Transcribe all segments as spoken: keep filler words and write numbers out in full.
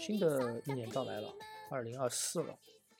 新的一年到来了，二零二四了。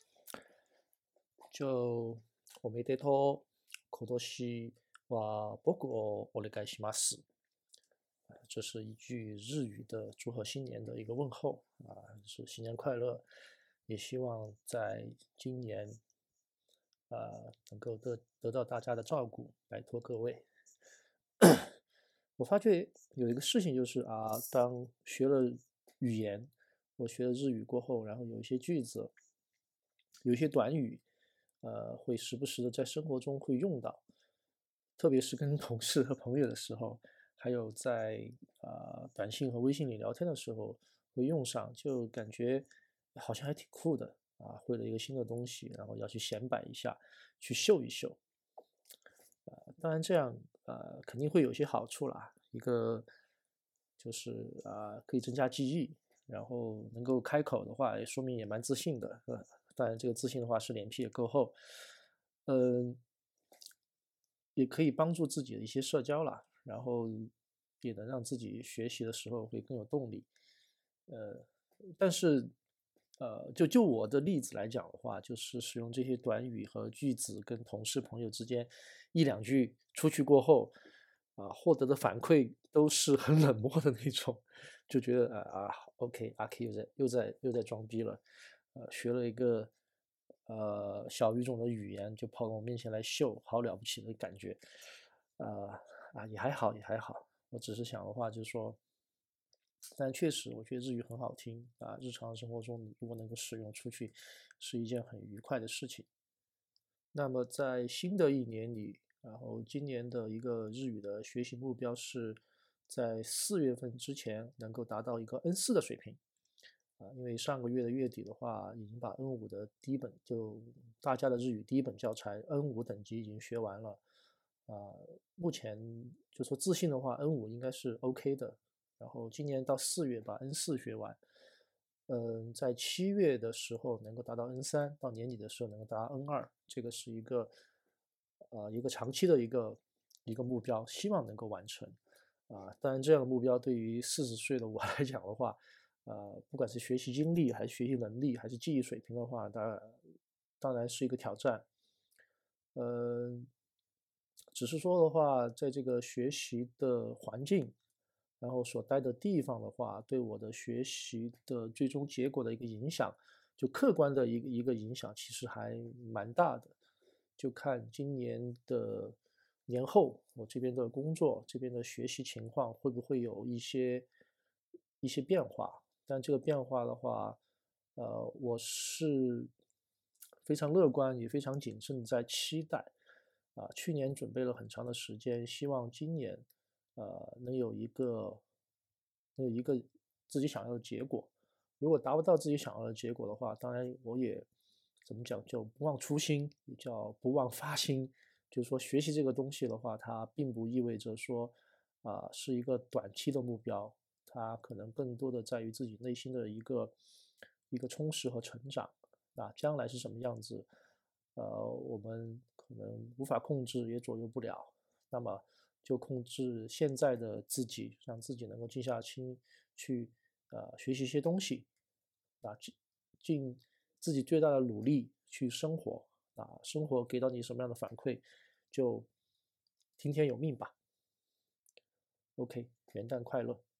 就おめでとう、今年は僕をお願いします。这是一句日语的祝贺新年的一个问候啊，是新年快乐，也希望在今年啊能够得得到大家的照顾，拜托各位。我发觉有一个事情就是啊，当学了语言，我学了日语过后，然后有一些句子，有一些短语，呃，会时不时的在生活中会用到，特别是跟同事和朋友的时候，还有在啊、呃、短信和微信里聊天的时候会用上，就感觉好像还挺酷的啊，会了一个新的东西，然后要去显摆一下，去秀一秀。呃，当然这样呃肯定会有一些好处啦，一个就是啊、呃、可以增加记忆，然后能够开口的话，也说明也蛮自信的。呃，当然这个自信的话是脸皮也够厚，嗯、也可以帮助自己的一些社交啦，然后也能让自己学习的时候会更有动力。呃，但是呃，就就我的例子来讲的话，就是使用这些短语和句子跟同事朋友之间一两句出去过后，啊、获得的反馈都是很冷漠的那种，就觉得啊啊，OK，阿 K 又在又在又在装逼了，呃，学了一个呃小语种的语言就跑到我面前来秀，好了不起的感觉，呃啊也还好也还好，我只是想的话就是说。但确实，我觉得日语很好听啊，日常生活中你如果能够使用出去，是一件很愉快的事情。那么在新的一年里，然后今年的一个日语的学习目标是在四月份之前能够达到一个 N 四的水平啊，因为上个月的月底的话，已经把 N 五的第一本就大家的日语第一本教材 N 五等级已经学完了啊，目前就说自信的话，N 五应该是 OK 的。然后今年到四月把 N 四学完，嗯，在七月的时候能够达到 N 三，到年底的时候能够达到 N 二，这个是一个呃一个长期的一个一个目标，希望能够完成啊。当然，这样的目标对于四十岁的我来讲的话，呃，不管是学习经历还是学习能力还是记忆水平的话，当然当然是一个挑战。嗯，只是说的话，在这个学习的环境。然后所待的地方的话，对我的学习的最终结果的一个影响，就客观的一个一个影响，其实还蛮大的。就看今年的年后，我这边的工作、这边的学习情况会不会有一些一些变化。但这个变化的话，呃，我是非常乐观，也非常谨慎地在期待。啊，去年准备了很长的时间，希望今年呃，能有一个能有一个自己想要的结果。如果达不到自己想要的结果的话，当然我也怎么讲，叫不忘初心，也叫不忘发心。就是说，学习这个东西的话，它并不意味着说啊、是一个短期的目标，它可能更多的在于自己内心的一个一个充实和成长。啊，将来是什么样子，呃，我们可能无法控制，也左右不了。那么就控制现在的自己，让自己能够静下心去呃学习一些东西，啊，尽尽自己最大的努力去生活啊，生活给到你什么样的反馈，就听天由命吧。OK，元旦快乐。